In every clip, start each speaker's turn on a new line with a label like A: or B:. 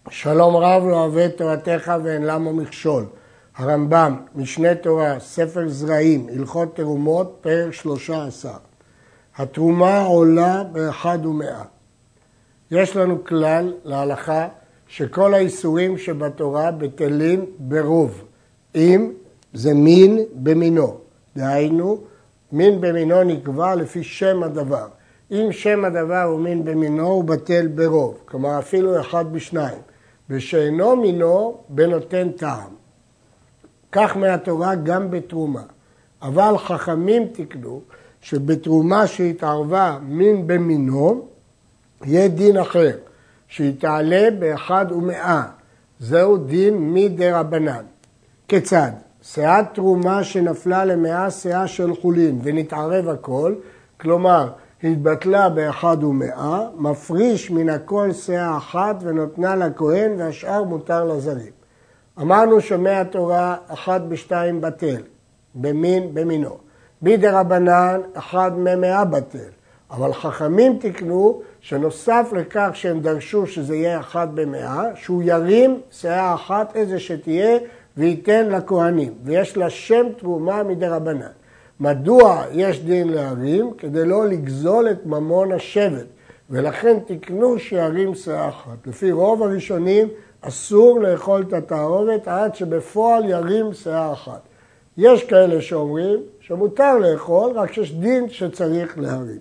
A: שלום רב לא אוהב את תורתך ואין למה מכשול. הרמב"ם, משנה תורה, ספר זרעים, הלכות תרומות, פרק 13. התרומה עולה ב100. יש לנו כלל להלכה שכל האיסורים שבתורה בטלים ברוב, אם זה מין במינו. דהיינו, מין במינו נקבע לפי שם הדבר. אם שם הדבר הוא מין במינו הוא בטל ברוב, כלומר אפילו אחד בשניים. ושאינו מינו בנותן טעם. כך מהתורה גם בתרומה. אבל חכמים תקנו שבתרומה שהתערבה מין במינו, יהיה דין אחר, שיתעלה ב100. זהו דין מדרבנן. כיצד? שאת תרומה שנפלה ל100 שאה של חולין ונתערב הכל, כלומר, התבטלה ב100, מפריש מן הכל שאה אחת ונותנה לכהן והשאר מותר לזרים. אמרנו שמהתורה 1 ב2 בטל, במין במינו. מדרבנן 1 מ100 בטל. אבל חכמים תקנו שנוסף לכך שהם דרשו שזה יהיה 1 ב100, שהוא ירים שאה אחת איזה שתהיה וייתן לכהנים. ויש לה שם תרומה מדרבנן. מדוע יש דין להרים? כדי לא לגזול את ממון השבט, ולכן תקנו שירים שאה אחת. לפי רוב הראשונים אסור לאכול את התערובת עד שבפועל ירים שאה אחת. יש כאלה שאומרים שמותר לאכול, רק שיש דין שצריך להרים.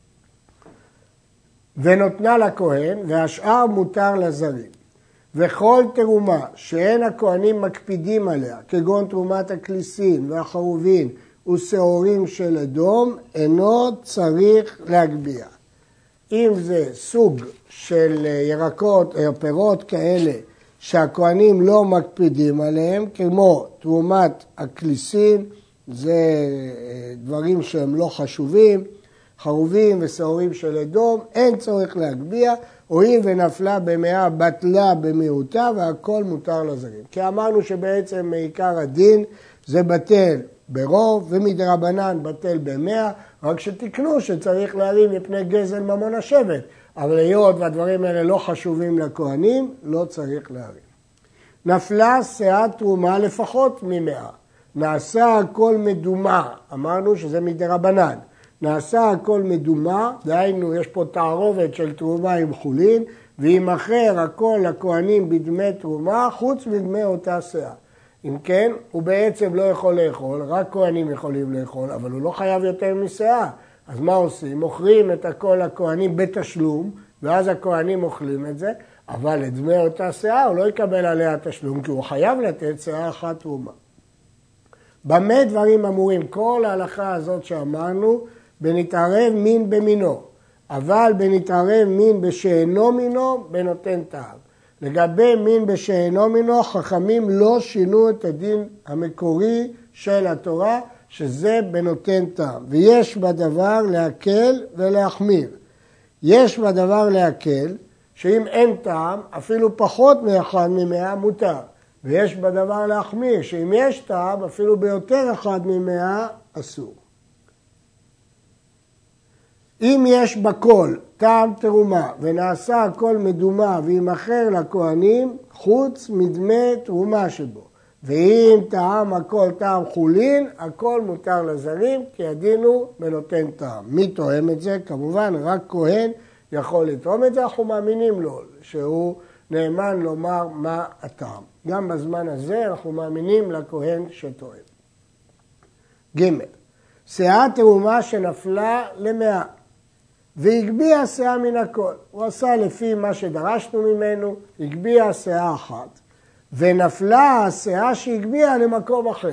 A: ונותנה לכהן והשאר מותר לזרים. וכל תרומה שאין הכהנים מקפידים עליה, כגון תרומת הכליסין והחרובין, ושעורים של אדום, אינו צריך להגביע. אם זה סוג של ירקות או פירות כאלה שהכהנים לא מקפידים עליהם, כמו תרומת הכליסין, זה דברים שהם לא חשובים, חרובים ושעורים של אדום, אין צורך להגביע, הואיל ונפלה ב100 בטלה במיעוטה והכל מותר לזרים. כי אמרנו שבעצם מעיקר הדין זה בטל ברוב ומדרבנן בטל ב100, רק שתקנו שצריך להרים מפני גזל ממון השבט. אבל היות והדברים האלה לא חשובים לכהנים, לא צריך להרים. נפלה שאת תרומה לפחות מ100. נעשה הכל מדומה, אמרנו שזה מדרבנן. נעשה הכל מדומה, דהיינו יש פה תערובת של תרומה עם חולין, וימכר הכל לכהנים בדמי תרומה, חוץ מדמי אותה שאה. אם כן, הוא בעצם לא יכול לאכול, רק כהנים יכולים לאכול, אבל הוא לא חייב יותר משאה. אז מה עושים? מוכרים את הכל לכהנים בתשלום, ואז הכהנים אוכלים את זה, אבל את דמי אותה שאה הוא לא יקבל עליה תשלום, כי הוא חייב לתת שאה אחת תרומה. במה דברים אמורים? כל ההלכה הזאת שאמרנו, בנתערב מין במינו, אבל בנתערב מין בשאינו מינו, בנותן טעם. לגבי מין בשאינו מינו, חכמים לא שינו את הדין המקורי של התורה, שזה בנותן טעם. ויש בדבר להקל ולהחמיר. יש בדבר להקל, שאם אין טעם, אפילו פחות מ1 מותר. ויש בדבר להחמיר, שאם יש טעם, אפילו ביותר 1 אסור. אם יש בכל טעם תרומה ונעשה הכל מדומה וימכר לכהנים חוץ מדמי תרומה שבו. ואם טעם הכל טעם חולין, הכל מותר לזרים, כי הדין הוא בנותן טעם. מי תואם את זה? כמובן רק כהן יכול לתרום את זה, אנחנו מאמינים לו שהוא נאמן לומר מה הטעם. גם בזמן הזה אנחנו מאמינים לכהן שטועם. ג' שאה תרומה שנפלה ל100. והגביע שאה מן הכל. הוא עשה לפי מה שדרשנו ממנו, הגביע שאה אחת, ונפלה השאה שהגביע למקום אחר.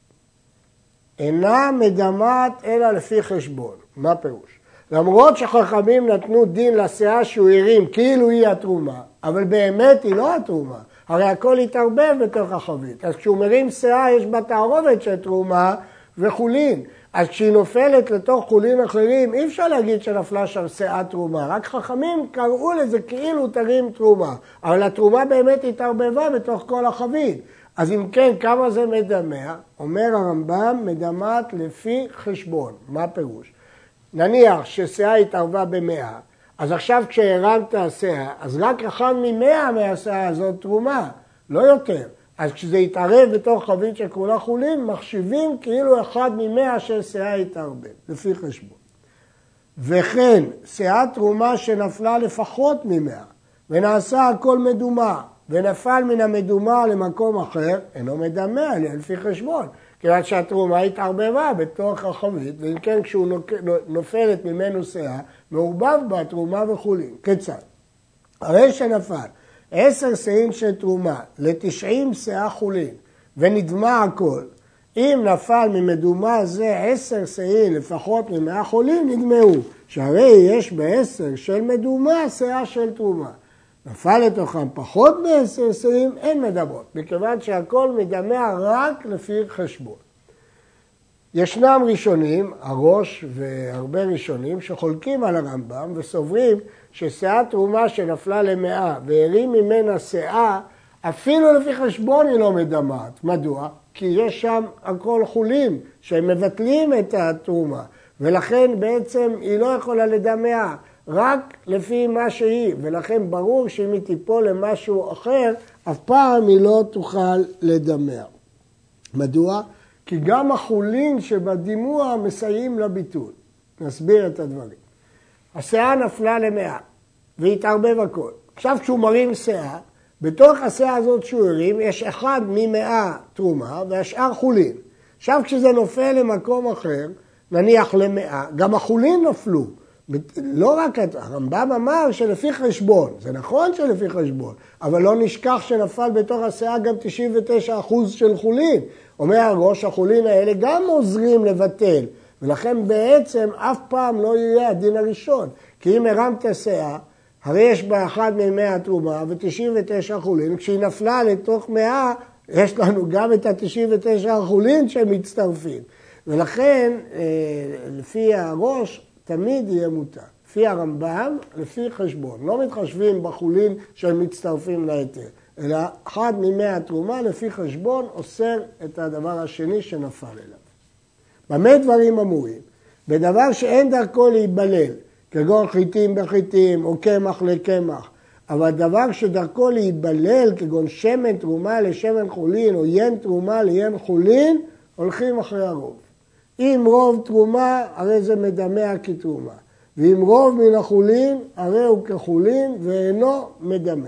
A: אינה מדמת אלא לפי חשבון. מה פירוש? למרות שחכמים נתנו דין לשאה שהוא הרים, כאילו היא התרומה, אבל באמת היא לא התרומה. הרי הכל התערבב בתוך החבית. אז כשהוא מרים שאה יש בה תערובת של תרומה וחולין. אז כשהיא נופלת לתוך חולין אחרים, אי אפשר להגיד שנפלה שם שאה תרומה. רק חכמים קראו לזה כאילו תרים תרומה. אבל התרומה באמת התערבבה בתוך כל החבית. אז אם כן, כמה זה מדמה? אומר הרמב"ם, מדמת לפי חשבון. מה פירוש? נניח ששאה התערבה ב100, אז עכשיו כשהרמת השאה, אז רק 1/100 מהשאה הזאת תרומה, לא יותר. אז כשזה יתערב בתוך חבית שכולה חולין, מחשיבים כאילו 1/100 של שאה יתערבב, לפי חשבון. וכן, שאת תרומה שנפלה לפחות 100, ונעשה הכל מדומה, ונפל מן המדומה למקום אחר, אינו מדמה, לפי חשבון. כיוון שהתרומה התערבבה בתוך החבית, ואם כן כשהוא נופלת ממנו שאה, מעורבב בה תרומה וחולין. כיצד? הרי שנפל 10 שאים של תרומה ל90 שאה חולין, ונדמה הכל, אם נפל ממדומה זה 10 שאים לפחות מ100 חולין, נדמהו, שהרי יש ב10 של מדומה שאה של תרומה. נפל לתוכם פחות מ10 שאים, אין מדמות, מכיוון שהכל מדמה רק לפי חשבון. ישנם ראשונים, הראש והרבה ראשונים, שחולקים על הרמב"ם וסוברים ששאה תרומה שנפלה ל100 והרים ממנה שאה, אפילו לפי חשבון היא לא מדמעת. מדוע? כי יש שם הכל חולים שהם מבטלים את התרומה, ולכן בעצם היא לא יכולה לדמע, רק לפי מה שהיא, ולכן ברור שאם היא תיפול למשהו אחר, אף פעם היא לא תוכל לדמע. מדוע? כי גם החולין שבדימוע מסייעים לביטול. נסביר את הדברים. השאה נפלה ל100 והתערבב הכל. עכשיו כשהוא מרים שאה, בתוך השאה הזאת שהוא הרים יש 1/100 תרומה והשאר חולין. עכשיו כשזה נופל למקום אחר, נניח ל100, גם החולין נפלו. לא רק, הרמב"ם אמר שלפי חשבון, זה נכון שלפי חשבון, אבל לא נשכח שנפל בתוך השאה גם 99% של חולין. אומר הראש, החולין האלה גם עוזרים לבטל, ולכן בעצם אף פעם לא יהיה הדין הראשון. כי אם הרמת שאה, הרי יש בה 1/100 תרומה ו99 חולין, כשהיא נפלה לתוך 100, יש לנו גם את ה99 חולין שהם מצטרפים. ולכן, לפי הראש, תמיד יהיה מותר. לפי הרמב"ם, לפי חשבון. לא מתחשבים בחולין שהם מצטרפים להיתר, אלא 1/100 תרומה לפי חשבון אוסר את הדבר השני שנפל אליו. במה דברים אמורים? בדבר שאין דרכו להיבלל, כגון חיטים בחיטים או קמח לקמח, אבל דבר שדרכו להיבלל, כגון שמן תרומה לשמן חולין או ין תרומה ליין חולין, הולכים אחרי הרוב. אם רוב תרומה, הרי זה מדמה כתרומה. ואם רוב מן החולין, הרי הוא כחולין ואינו מדמה.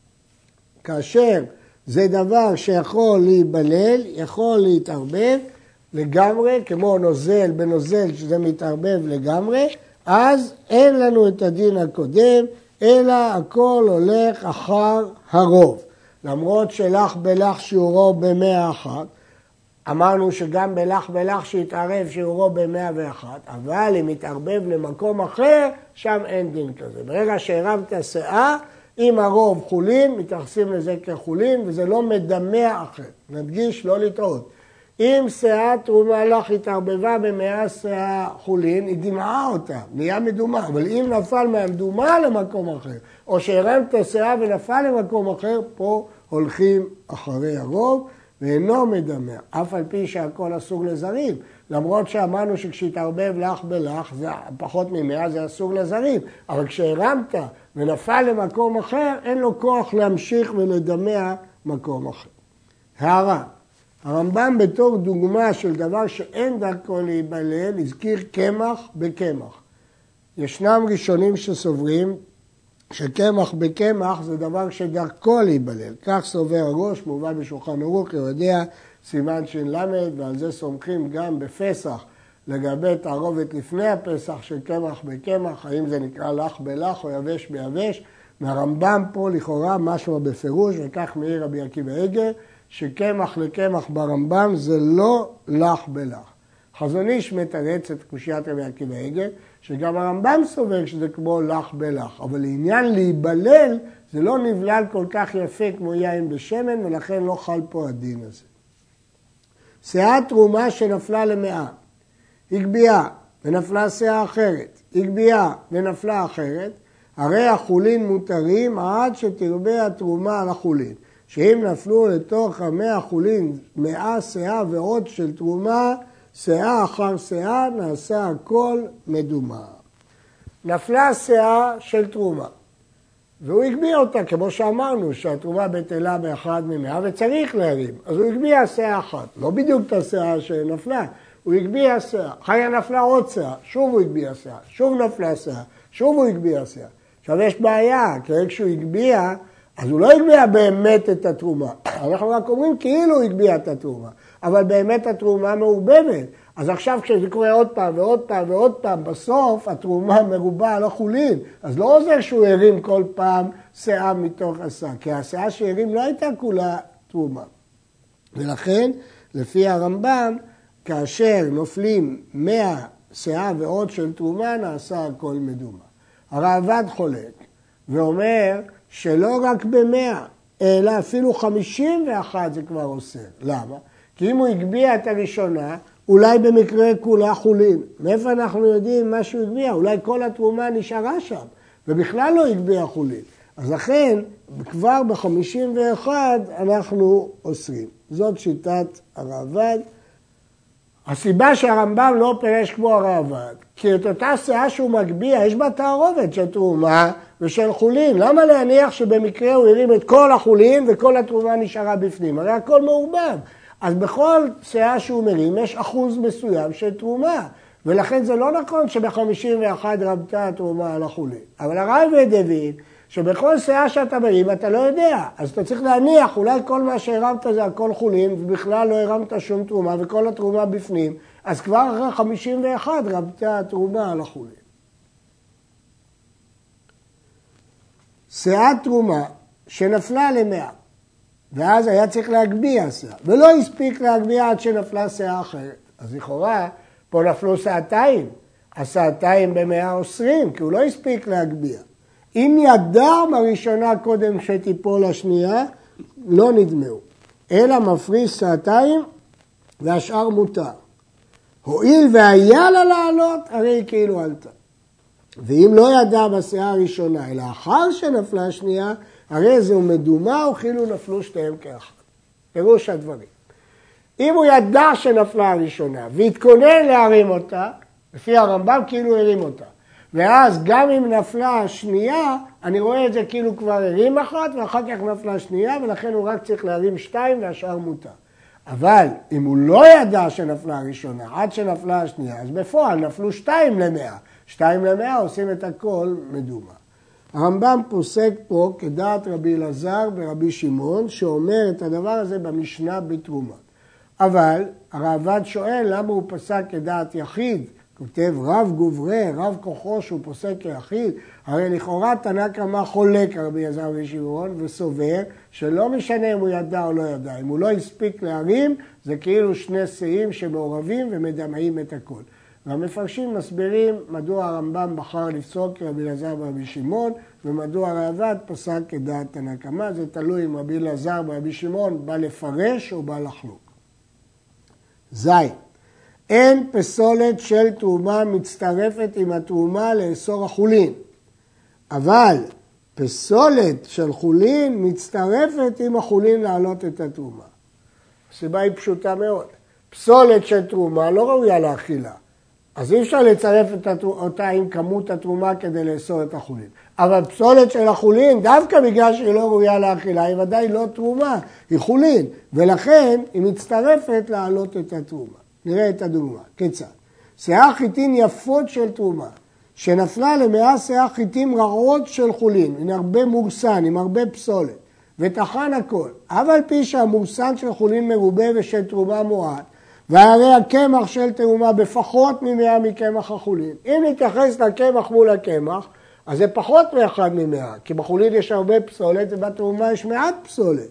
A: כאשר זה דבר שיכול להיבלל, יכול להתערבב לגמרי, כמו נוזל בנוזל שזה מתערבב לגמרי, אז אין לנו את הדין הקודם, אלא הכל הולך אחר הרוב. למרות שלח בלח שיעורו ב101, אמרנו שגם בלח שהתערב שיעורו ב101, אבל אם התערבב למקום אחר, שם אין דין כזה. ברגע שהרמת שאה, אם הרוב חולין, מתייחסים לזה כחולין, וזה לא מדמה אחר. נדגיש, לא לטעות. אם שאה תרומה לך התערבבה ב100 שאה חולין, היא דמעה אותה, נהיה מדומה. אבל אם נפל מהמדומה למקום אחר, או שהרמת שאה ונפל למקום אחר, פה הולכים אחרי הרוב, ואינו מדמה, אף על פי שהכל אסור לזרים. למרות שאמרנו שכשהתערבב לך בלח, זה פחות מ100, זה אסור לזרים. אבל כשהרמת ונפל למקום אחר, אין לו כוח להמשיך ולדמע מקום אחר. הערה, הרמב"ם בתור דוגמה של דבר שאין דרכו להיבלל, הזכיר קמח בקמח. ישנם ראשונים שסוברים שקמח בקמח זה דבר שדרכו להיבלל. כך סובר הראש, מובא בשולחן ערוך, יודע, סימן ש"ל, ועל זה סומכים גם בפסח, לגבי תערובת לפני הפסח של קמח בקמח, האם זה נקרא לח בלח או יבש ביבש. מהרמב"ם פה לכאורה משהו בפירוש, וכך מעיר רבי עקיבא איגר, שקמח לקמח ברמב"ם זה לא לח בלח. חזון איש מתרץ את קושיית רבי עקיבא איגר, שגם הרמב"ם סובר שזה כמו לח בלח, אבל לעניין להיבלל זה לא נבלל כל כך יפה כמו יין בשמן, ולכן לא חל פה הדין הזה. שאה תרומה שנפלה ל100, הגביעה ונפלה שאה אחרת, הגביעה ונפלה אחרת, הרי החולין מותרים עד שתרבה התרומה על החולין. שאם נפלו לתוך 100 חולין 100 שאה ועוד של תרומה, שאה אחר שאה נעשה הכל מדומה. נפלה שאה של תרומה, והוא הגביע אותה, כמו שאמרנו, שהתרומה בטלה באחד ממאה, וצריך להרים. אז הוא הגביע שאה אחת, לא בדיוק את השאה שנפלה, הוא הגביע שאה. אחריה נפלה עוד שאה, שוב הוא הגביע שאה, שוב נפלה שאה, שוב הוא הגביע שאה. עכשיו יש בעיה, כי כשהוא הגביע, אז הוא לא הגביע באמת את התרומה. אנחנו רק אומרים כאילו הוא הגביע את התרומה, אבל באמת התרומה מעובדת. אז עכשיו כשזה קורה עוד פעם ועוד פעם ועוד פעם, בסוף התרומה מרובה על החולין. אז לא עוזר שהוא הרים כל פעם שאה מתוך השאה, כי השאה שהרים לא הייתה כולה תרומה. ולכן, לפי הרמב"ם, כאשר נופלים 100 שאה ועוד של תרומה, נעשה הכל מדומה. הראב"ד חולק ואומר שלא רק ב100, אלא אפילו 51 זה כבר אוסר. למה? כי אם הוא הגביע את הראשונה, אולי במקרה כולה חולין. מאיפה אנחנו יודעים מה שהוא הגביע? אולי כל התרומה נשארה שם, ובכלל לא הגביע חולין. אז לכן, כבר ב51 אנחנו אוסרים. זאת שיטת הראב"ד. הסיבה שהרמב"ם לא פירש כמו הראב"ד, כי את אותה שאה שהוא מגביע, יש בה תערובת של תרומה ושל חולין. למה להניח שבמקרה הוא הרים את כל החולין וכל התרומה נשארה בפנים? הרי הכל מעורבב. אז בכל שאה שהוא מרים יש אחוז מסוים של תרומה, ולכן זה לא נכון שב51 רבתה התרומה על החולין. אבל הראב"ד הבין שבכל שאה שאתה מרים אתה לא יודע, אז אתה צריך להניח, אולי כל מה שהרמת זה הכל חולין, ובכלל לא הרמת שום תרומה, וכל התרומה בפנים, אז כבר אחרי 51 רבתה התרומה על החולין. שאת תרומה שנפלה ל100, ואז היה צריך להגביע שאה, ולא הספיק להגביע עד שנפלה שאה אחרת. אז לכאורה, פה נפלו שעתיים, השעתיים ב100 אוסרים, כי הוא לא הספיק להגביע. אם ידע בראשונה קודם שתיפול השנייה, לא נדמעו, אלא מפריש שעתיים והשאר מותר. הואיל והיה לה לעלות, הרי כאילו עלתה. ואם לא ידע בשעה הראשונה, אלא אחר שנפלה השנייה, הרי זהו מדומה או כאילו נפלו שתיהם כאחד. פירוש הדברים. אם הוא ידע שנפלה הראשונה והתכונן להרים אותה, לפי הרמב"ם כאילו הרים אותה. ואז גם אם נפלה השנייה, אני רואה את זה כאילו כבר הרים אחת ואחר כך נפלה שנייה, ולכן הוא רק צריך להרים 2 והשאר מותר. אבל אם הוא לא ידע שנפלה הראשונה עד שנפלה השנייה, אז בפועל נפלו 2 ל100. 2 ל100 עושים את הכל מדומה. הרמב"ם פוסק פה כדעת רבי אלעזר ורבי שמעון, שאומר את הדבר הזה במשנה בתרומה. אבל הראב"ד שואל למה הוא פסק כדעת יחיד, כותב רב גוברה, רב כוחו שהוא פוסק כיחיד, הרי לכאורה תנא קמא חולק רבי אלעזר ורבי שמעון וסובר שלא משנה אם הוא ידע או לא ידע, אם הוא לא הספיק להרים זה כאילו שני שאים שמעורבים ומדמעים את הכל. והמפרשים מסבירים מדוע הרמב"ם בחר לפסוק כרבי אלעזר ורבי שמעון, ומדוע הראב"ד פסק כדעת תנא קמא. זה תלוי אם רבי אלעזר ורבי שמעון בא לפרש או בא לחלוק. זין, אין פסולת של תרומה מצטרפת עם התרומה לאסור החולין, אבל פסולת של חולין מצטרפת עם החולין להעלות את התרומה. הסיבה היא פשוטה מאוד. פסולת של תרומה לא ראויה לאכילה. אז אי אפשר לצרף אותה עם כמות התרומה כדי לאסור את החולין. אבל פסולת של החולין, דווקא בגלל שהיא לא ראויה לאכילה, היא ודאי לא תרומה, היא חולין. ולכן היא מצטרפת להעלות את התרומה. נראה את הדוגמה. כיצד? שאה חיטין יפות של תרומה, שנפלה ל100 שאה חיטים רעות של חולין, עם הרבה מורסן, עם הרבה פסולת, וטחן הכל. אבל פי שהמורסן של חולין מרובה ושל תרומה מועט, והרי הקמח של תרומה בפחות מ100 מקמח החולין. אם נתייחס לקמח מול הקמח, אז זה פחות מ1 מ100, כי בחולין יש הרבה פסולת ובתרומה יש מעט פסולת.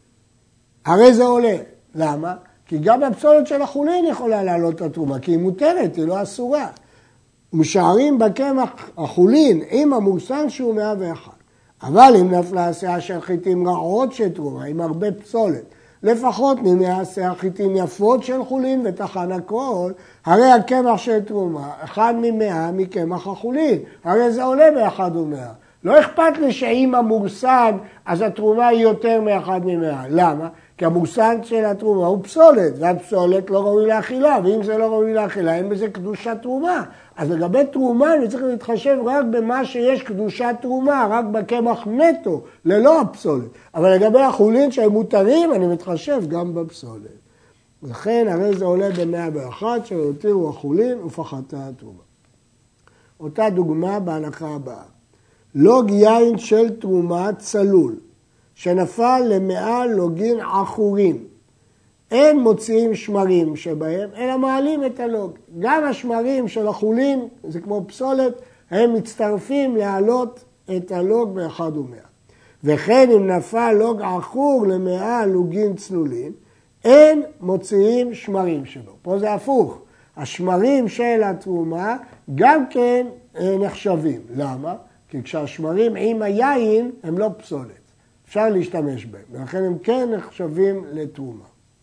A: הרי זה עולה. למה? כי גם הפסולת של החולין יכולה לעלות את התרומה, כי היא מותרת, היא לא אסורה. משארים בקמח החולין עם המורסן שהוא 101. אבל אם נפלה שאה של חיטים רעות של תרומה, עם הרבה פסולת, לפחות מ100 שאה חיטים יפות של חולין וטחן הכל, הרי הקמח של תרומה, 1 מ100 מקמח החולין, הרי זה עולה ב1 ו100. לא אכפת לי שאם המורסן, אז התרומה היא יותר מאחד ממאה. למה? כי המורסן של התרומה הוא פסולת, והפסולת לא ראוי לאכילה, ואם זה לא ראוי לאכילה, אין בזה קדושת תרומה. אז לגבי תרומה אני צריך להתחשב רק במה שיש קדושת תרומה, רק בקמח נטו, ללא הפסולת. אבל לגבי החולין שהם מותרים, אני מתחשב גם בפסולת. לכן הרי זה עולה ב-101 שהותירו החולין ופחתה התרומה. אותה דוגמה בהלכה הבאה. לוג יין של תרומה צלול, שנפל למעל לוגין עכורים. אין מוציאים שמרים שבהם, אלא מעלים את הלוג. גם השמרים של החולין, זה כמו פסולת, הם מצטרפים להעלות את הלוג באחד ומאה. וכן אם נפל לוג עכור למעל לוגין צלולין, אין מוציאים שמרים שלו. פה זה הפוך. השמרים של התרומה גם כן נחשבים. למה? כי כשהשמרים עם היין הם לא פסולת. אפשר להשתמש בהם, ולכן הם כן נחשבים לתרומה.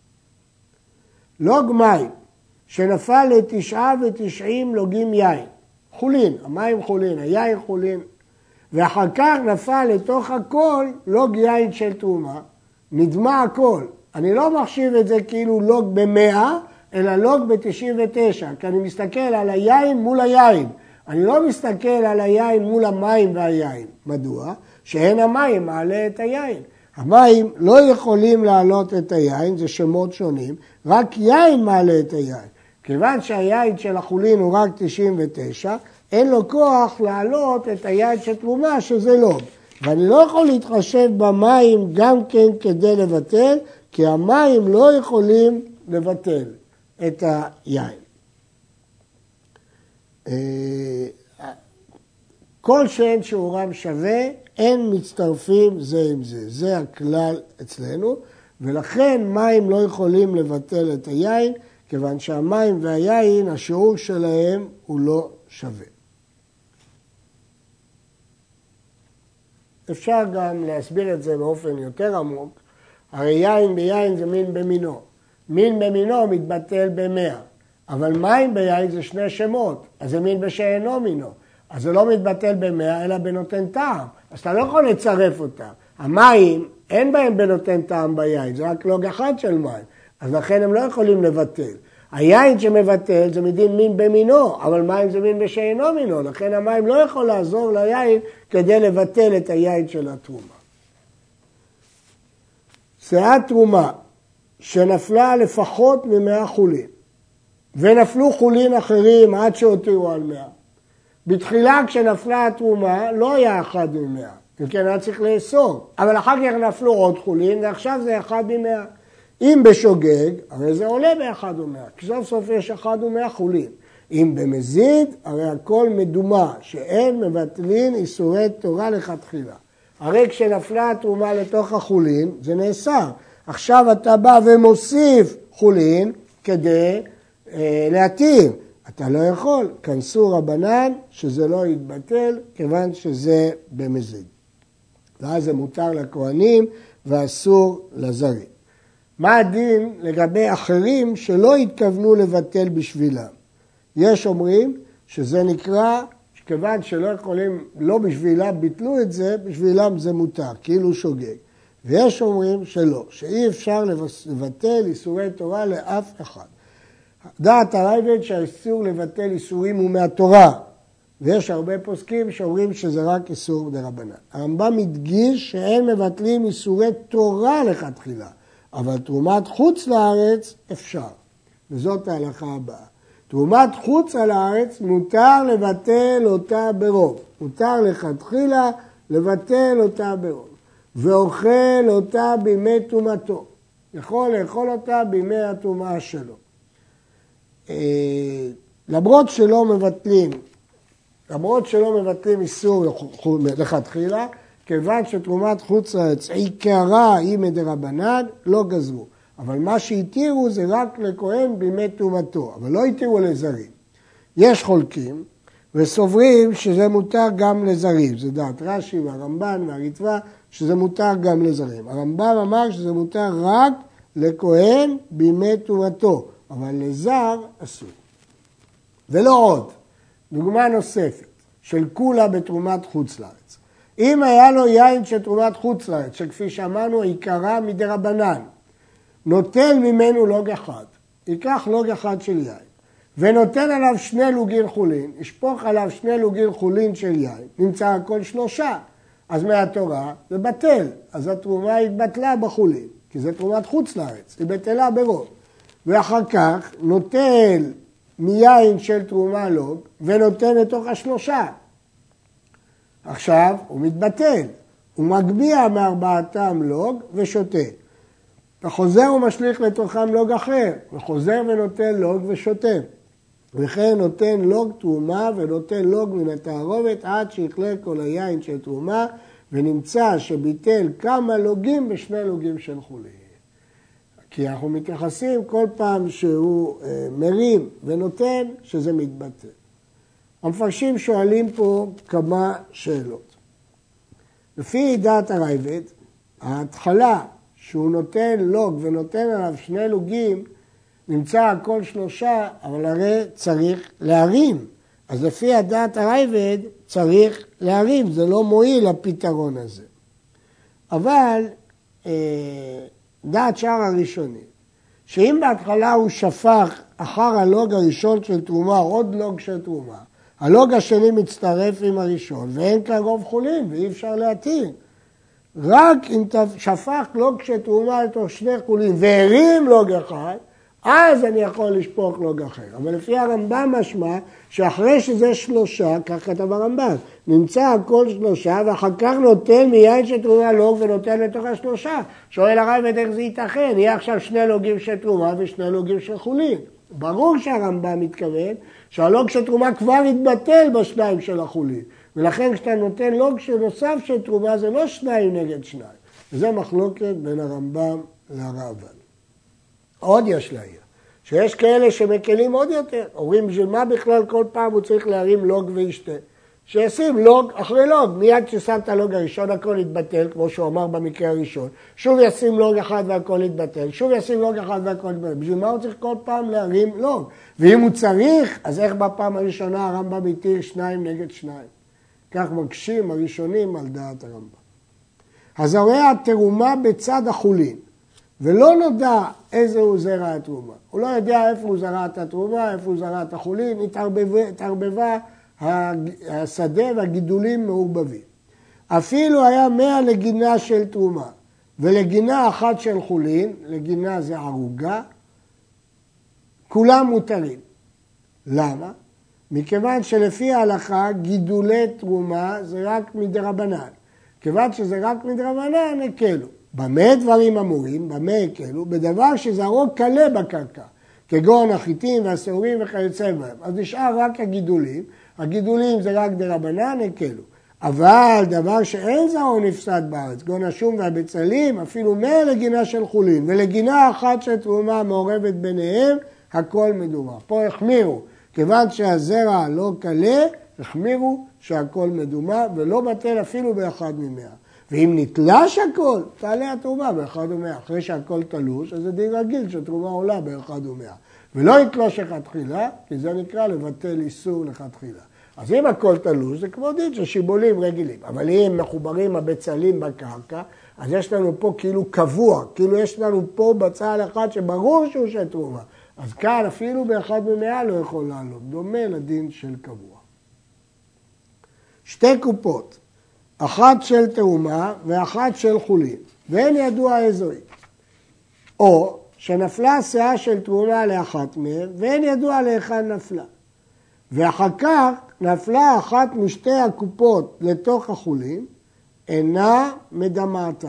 A: לוג מים, שנפל ל99 לוגים יין. חולין, המים חולין, היין חולין. ואחר כך נפל לתוך הכל לוג יין של תרומה. נדמה הכל. אני לא מחשיב את זה כאילו לוג ב100, אלא לוג ב99, כי אני מסתכל על היין מול היין. אני לא מסתכל על היין מול המים והיין. מדוע? שאין המים מעלה את היין. המים לא יכולים להעלות את היין, זה שמות שונים, רק יין מעלה את היין. כיוון שהיין של החולין הוא רק 99, אין לו כוח להעלות את היין של תרומה שזה לוג. ואני לא יכול להתחשב במים גם כן כדי לבטל, כי המים לא יכולים לבטל את היין. כל שאין שיעורם שווה, אין מצטרפים זה עם זה. זה הכלל אצלנו, ולכן מים לא יכולים לבטל את היין, כיוון שהמים והיין, השיעור שלהם הוא לא שווה. אפשר גם להסביר את זה באופן יותר עמוק. הרי יין ביין זה מין במינו. מין במינו מתבטל ב100, אבל מים ביין זה שני שמות, אז זה מין בשאינו מינו. אז זה לא מתבטל ב100 אלא בנותן טעם. אז אתה לא יכול לצרף אותם. המים אין בהם בנותן טעם ביין, זה רק לוג אחד של מים. אז לכן הם לא יכולים לבטל. היין שמבטל זה מדין מין במינו, אבל מים זה מין בשאינו מינו. לכן המים לא יכול לעזור ליין כדי לבטל את היין של התרומה. שאת תרומה שנפלה לפחות מ100 חולין, ונפלו חולין אחרים עד שהותירו על 100. בתחילה כשנפלה התרומה לא היה 1 מ100, כן היה צריך לאסור, אבל אחר כך נפלו עוד חולין ועכשיו זה 1 מ100. אם בשוגג, הרי זה עולה ב1 מ100, כי סוף סוף יש 1 מ100 חולין. אם במזיד, הרי הכל מדומה, שאין מבטלין איסורי תורה לכתחילה. הרי כשנפלה התרומה לתוך החולין, זה נאסר. עכשיו אתה בא ומוסיף חולין כדי להתיר. אתה לא יכול, כנסו רבנן שזה לא יתבטל, כיוון שזה במזיד. ואז זה מותר לכהנים ואסור לזרים. מה הדין לגבי אחרים שלא התכוונו לבטל בשבילם? יש אומרים שזה נקרא, כיוון שלא יכולים, לא בשבילם ביטלו את זה, בשבילם זה מותר, כאילו שוגג. ויש אומרים שלא, שאי אפשר לבטל איסורי תורה לאף אחד. דעת הרייבד שהאיסור לבטל איסורים הוא מהתורה, ויש הרבה פוסקים שאומרים שזה רק איסור דרבנן. הרמב"ם מדגיש שאין מבטלים איסורי תורה לכתחילה, אבל תרומת חוץ לארץ אפשר, וזאת ההלכה הבאה. תרומת חוץ על הארץ מותר לבטל אותה ברוב, מותר לכתחילה לבטל אותה ברוב, ואוכל אותה בימי תרומתו, יכול לאכול אותה בימי התרומה שלו. למרות שלא מבטלים איסור לכתחילה, כיוון שתרומת חוץ לארץ עיקרה היא מדרבנן, לא גזרו. אבל מה שהתירו זה רק לכהן בימי תרומתו, אבל לא התירו לזרים. יש חולקים וסוברים שזה מותר גם לזרים. זה דעת רש"י והרמב"ן והריטב"א שזה מותר גם לזרים. הרמב"ם אמר שזה מותר רק לכהן בימי תרומתו, אבל לזר אסור. ולא עוד, דוגמה נוספת של כולה בתרומת חוץ לארץ. אם היה לו יין של תרומת חוץ לארץ, שכפי שאמרנו עיקרה מדרבנן, נוטל ממנו לוג אחד, ייקח לוג אחד של יין, ונותן עליו 2 לוגין חולין, ישפוך עליו 2 לוגין חולין של יין, נמצא הכל 3, אז מהתורה זה בטל, אז התרומה התבטלה בחולין, כי זה תרומת חוץ לארץ, היא בטלה ברוב. ואחר כך נוטל מיין של תרומה לוג, ונותן לתוך 3. עכשיו הוא מתבטל, הוא מגביע מ4 לוג ושותה. וחוזר ומשליך לתוכם לוג אחר, וחוזר ונותן לוג ושותה. וכן נותן לוג תרומה ונותן לוג מן התערובת עד שיכלה כל היין של תרומה, ונמצא שביטל כמה לוגים ב2 לוגים של חולין. כי אנחנו מתייחסים כל פעם שהוא מרים ונותן שזה מתבטל. המפרשים שואלים פה כמה שאלות. לפי דעת הרייבד, ההתחלה שהוא נותן לוג ונותן עליו 2 לוגים, נמצא הכל 3, אבל הרי צריך להרים. אז לפי הדעת הרייבד צריך להרים, זה לא מועיל הפתרון הזה. אבל דעת שאר הראשונים, שאם בהתחלה הוא שפך אחר הלוג הראשון של תרומה עוד לוג של תרומה, הלוג השני מצטרף עם הראשון ואין כאן רוב חולין ואי אפשר להתיר. רק אם שפך לוג של תרומה לתוך 2 חולין והרים לוג אחד, אז אני יכול לשפוך לוג אחר. אבל לפי הרמב"ם משמע שאחרי שזה 3, כך כתב הרמב"ם, נמצא הכל 3 ואחר כך נותן מיין של תרומה לוג ונותן לתוך 3. שואל הרייבד איך זה ייתכן, יהיה עכשיו 2 לוגים של תרומה ו2 לוגים של חולין. ברור שהרמב"ם מתכוון שהלוג של תרומה כבר התבטל ב2 של החולין. ולכן כשאתה נותן לוג נוסף של תרומה זה לא 2 נגד 2. וזה מחלוקת בין הרמב"ם לרמב"ם. עוד יש להעיר, שיש כאלה שמקלים עוד יותר, אומרים בשביל מה בכלל כל פעם הוא צריך להרים לוג וישתה, שישים לוג אחרי לוג, מיד ששם את הלוג הראשון הכל יתבטל, כמו שהוא אמר במקרה הראשון, שוב ישים לוג אחד והכל יתבטל, שוב ישים לוג אחד והכל יתבטל, בשביל מה הוא צריך כל פעם להרים לוג? ואם הוא צריך, אז איך בפעם הראשונה הרמב"ם התיר 2 נגד 2? כך מקשים הראשונים על דעת הרמב"ם. אז הרי התרומה בצד החולין, ולא נודע איזה הוא זרע התרומה. הוא לא יודע איפה הוא זרע את התרומה, איפה הוא זרע את החולין, התערבבה השדה והגידולים מעורבבים. אפילו היה 100 לגינה של תרומה, ולגינה 1 של חולין, לגינה זה ערוגה, כולם מותרים. למה? מכיוון שלפי ההלכה גידולי תרומה זה רק מדרבנן. כיוון שזה רק מדרבנן, הקלו. במה דברים אמורים? במה הקלו? בדבר שזרעו קלה בקרקע, כגון החיטים והשעורים וכיוצא בהם. אז נשאר רק הגידולים, הגידולים זה רק דרבנן, הקלו. אבל דבר שאין זרעו נפסד בארץ, כגון השום והבצלים, אפילו 100 לגינה של חולין, ולגינה 1 של תרומה מעורבת ביניהם, הכל מדומה. פה החמירו, כיוון שהזרע לא קלה, החמירו שהכל מדומה, ולא בטל אפילו באחד מ100. ואם נתלש הכל, תעלה התרומה באחד ו100. אחרי שהכל תלוש, אז זה דין רגיל שתרומה עולה באחד ו100. ולא יתלוש לכתחילה, כי זה נקרא לבטל איסור לכתחילה. אז אם הכל תלוש, זה כמו דין של שיבולים רגילים. אבל אם מחוברים הבצלים בקרקע, אז יש לנו פה כאילו קבוע, כאילו יש לנו פה בצל אחד שברור שהוא של תרומה. אז כאן אפילו באחד מ100 לא יכול לעלות, דומה לדין של קבוע. 2 קופות, 1 של תרומה ו1 של חולין, ואין ידוע איזו היא. או שנפלה שאה של תרומה לאחת מהם, ואין ידוע לאחד נפלה. ואחר כך נפלה אחת משתי הקופות לתוך החולין, אינה מדמעתן.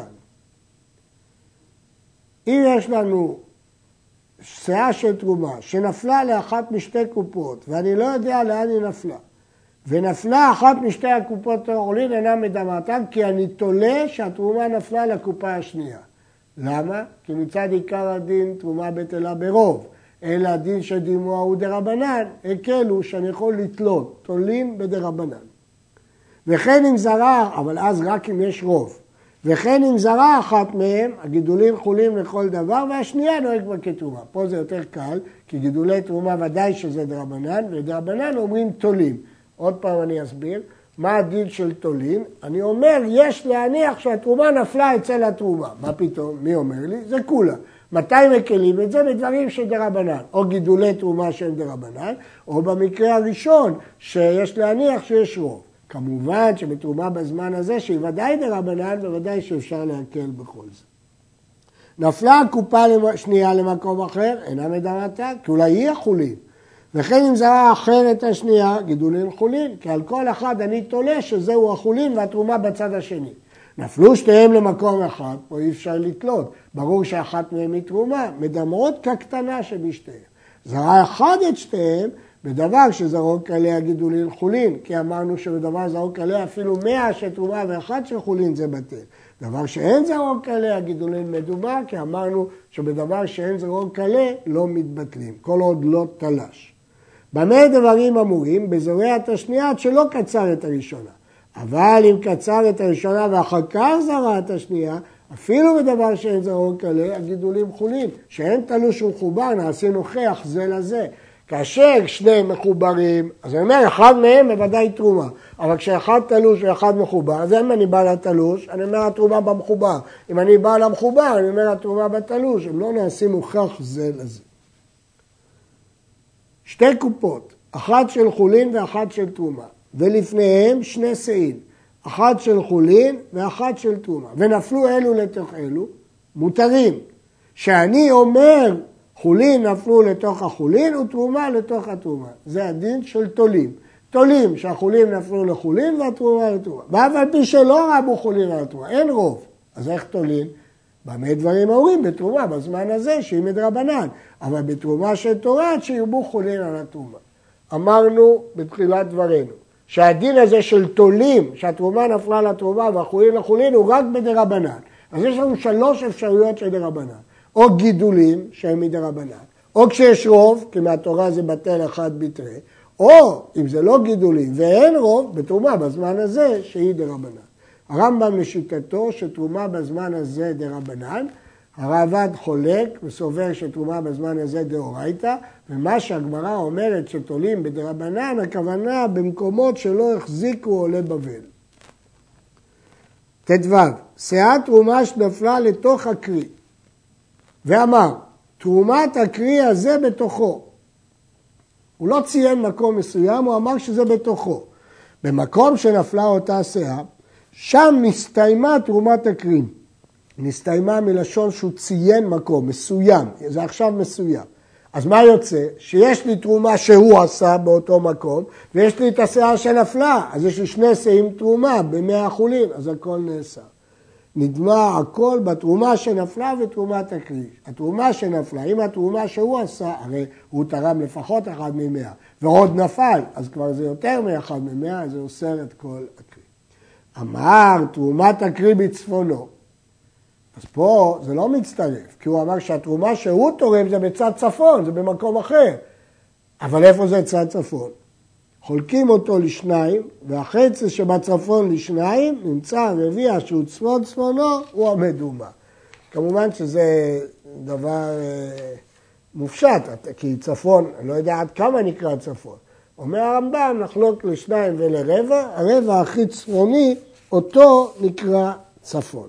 A: אם יש לנו שאה של תרומה שנפלה לאחת משתי קופות, ואני לא יודע לאן היא נפלה, ונפלה אחת משתי הקופות החולין אינה מדמעתן, כי אני תולה שהתרומה נפלה לקופה השנייה. למה? כי מצד עיקר הדין תרומה בטלה ברוב, אלא הדין שדימוה הוא דרבנן, הקלו שאני יכול לתלות, תולים בדרבנן. וכן אם זרע, אבל אז רק אם יש רוב, וכן אם זרע אחת מהם, הגידולים חולים לכל דבר, והשנייה נוהג בה כתרומה. פה זה יותר קל, כי גידולי תרומה ודאי שזה דרבנן, ודרבנן אומרים תולים. עוד פעם אני אסביר, מה הדין של תולין? אני אומר, יש להניח שהתרומה נפלה אצל התרומה. מה פתאום? מי אומר לי? זה כולה. מתי מקלים את זה? בדברים של דרבנן, או גידולי תרומה של דרבנן, או במקרה הראשון שיש להניח שיש רוב. כמובן שבתרומה בזמן הזה שהיא ודאי דרבנן, בוודאי שאפשר להקל בכל זה. נפלה הקופה שנייה למקום אחר, אינה מדרתה, כי אולי היא החולין. וכן אם זרע אחרת השנייה, גידולין חולין, כי על כל אחד אני תולה שזהו החולין והתרומה בצד השני. נפלו שתיהם למקום אחד, פה אי אפשר לתלות, ברור שאחת מהם היא תרומה, מדמרות כקטנה שבשתיהם. זרע אחד את שתיהם, בדבר שזרוק עליה גידולין חולין, כי אמרנו שבדבר זרוק עליה אפילו 100 של תרומה ואחת של חולין זה בטל. דבר שאין זרוק עליה גידולין מדומה, כי אמרנו שבדבר שאין זרוק עליה לא מתבטלים, כל עוד לא תלש. במה דברים אמורים? בזורע השנייה עד שלא קצר את הראשונה. אבל אם קצר את הראשונה ואחר כך זרע את השנייה, אפילו בדבר שאין זרוק עליה, הגידולים חולין, שאין תלוש ומחובר, נעשה נוכח זה לזה. כאשר שניהם מחוברים, אז אני אומר, אחד מהם בוודאי תרומה. אבל כשאחד תלוש ואחד מחובר, אז אם אני בא לתלוש, אני אומר התרומה במחובר. אם אני בא למחובר, אני אומר התרומה בתלוש. הם לא נעשים מוכח זה לזה. שתי קופות, אחת של חולין ואחת של תרומה. ולפניהם שני שאים, אחת של חולין ואחת של תרומה. ונפלו אלו לתוך אלו, מותרים. שאני אומר, חולין נפלו לתוך החולין ותרומה לתוך התרומה. זה הדין של תולים. תולים שהחולין נפלו לחולין והתרומה לתרומה. ואף על פי שלא רבו חולין על התרומה, אין רוב. אז איך תולים? במה דברים אומרים בתרומה בזמן הזה שהיא מדרבנן. אבל בתרומה של תורה שירבו חולין על התרומה. אמרנו בתחילת דברינו שהדין הזה של תולים, שהתרומה נפלה לתרומה והחולין לחולין הוא רק בדרבנן. אז יש לנו 3 אפשרויות של דרבנן. או גידולים שהם מדרבנן, או כשיש רוב, כי מהתורה זה בטל אחד בתרי, או אם זה לא גידולים ואין רוב, בתרומה בזמן הזה שהיא דרבנן. הרמב"ם לשיטתו שתרומה בזמן הזה דרבנן, הרעב"ד חולק וסובר שתרומה בזמן הזה דאורייתא, ומה שהגמרא אומרת שתולים בדרבנן, הכוונה במקומות שלא החזיקו עולי בבל. ט"ו, שאה תרומה שנפלה לתוך הקרי. ואמר, תרומת הקרי הזה בתוכו. הוא לא ציין מקום מסוים, הוא אמר שזה בתוכו. במקום שנפלה אותה שאה, שם נסתיימה תרומת הקרי. נסתיימה מלשון שהוא ציין מקום מסוים, זה עכשיו מסוים. אז מה יוצא? שיש לי תרומה שהוא עשה באותו מקום, ויש לי את השאה שנפלה, אז יש לי 2 שאים תרומה ב100 חולין, אז הכל נעשה. נדמה הכל בתרומה שנפלה ותרומת הקרי. התרומה שנפלה, אם התרומה שהוא עשה, הרי הוא תרם לפחות 1 מ100, ועוד נפל, אז כבר זה יותר מ1 מ100, זה אוסר את כל הקרי. אמר תרומת הקרי בצפונו. אז פה זה לא מצטרף, כי הוא אמר שהתרומה שהוא תורם זה בצד צפון, זה במקום אחר. אבל איפה זה צד צפון? חולקים אותו לשניים, והחצי שבצפון לשניים, נמצא הרביע שהוא צפונו, הוא המדומה. כמובן שזה דבר מופשט, כי צפון, אני לא יודע עד כמה נקרא צפון. אומר הרמב"ם, נחלוק לשניים ולרבע, הרבע הכי צפוני, אותו נקרא צפון.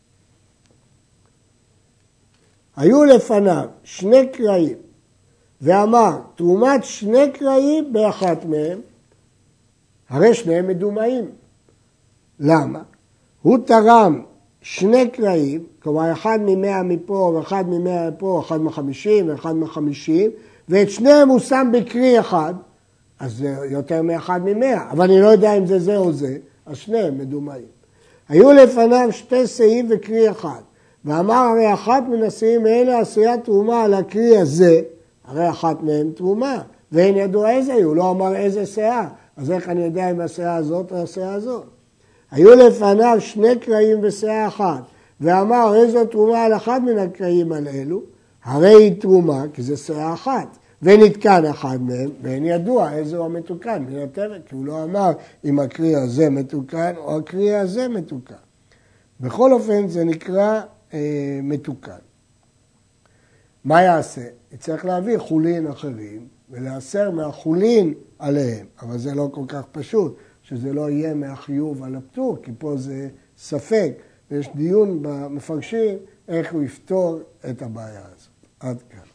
A: היו לפניו 2 קרעים, ואמר, תרומת 2 קרעים באחת מהם, הרי שניהם מדומאים. למה? הוא תרם 2 קרעים, כלומר 1 מ100 מפה ו1 מ100 מפה, 1 מ50 ו1 מ50, ואת שניהם הוא שם בקרי אחד, אז זה יותר מ1 מ100, אבל אני לא יודע אם זה או זה, אז שניהם מדומאים. היו לפניו 2 שאים וקרי אחד, ואמר הרי אחת מן השאים האלה עשויה תרומה על הקרי הזה, הרי אחת מהם תרומה, ואין ידוע איזה הוא לא אמר איזה שאה, אז איך אני יודע אם השאה הזאת או השאה הזאת? היו לפניו 2 קרעים ושאה אחת, ואמר איזו תרומה על אחד מן הקרעים על אלו, הרי היא תרומה, כי זה שאה אחת, ונתקן אחד מהם, ואין ידוע איזו המתוקן מן הטבע, כי הוא לא אמר אם הקרי הזה מתוקן או הקרי הזה מתוקן. בכל אופן זה נקרא מתוקן. מה יעשה? צריך להביא חולין אחרים ולאסר מהחולין עליהם, אבל זה לא כל כך פשוט, שזה לא יהיה מהחיוב על הפטור, כי פה זה ספק, ויש דיון במפרשים איך הוא יפתור את הבעיה הזאת. עד כאן.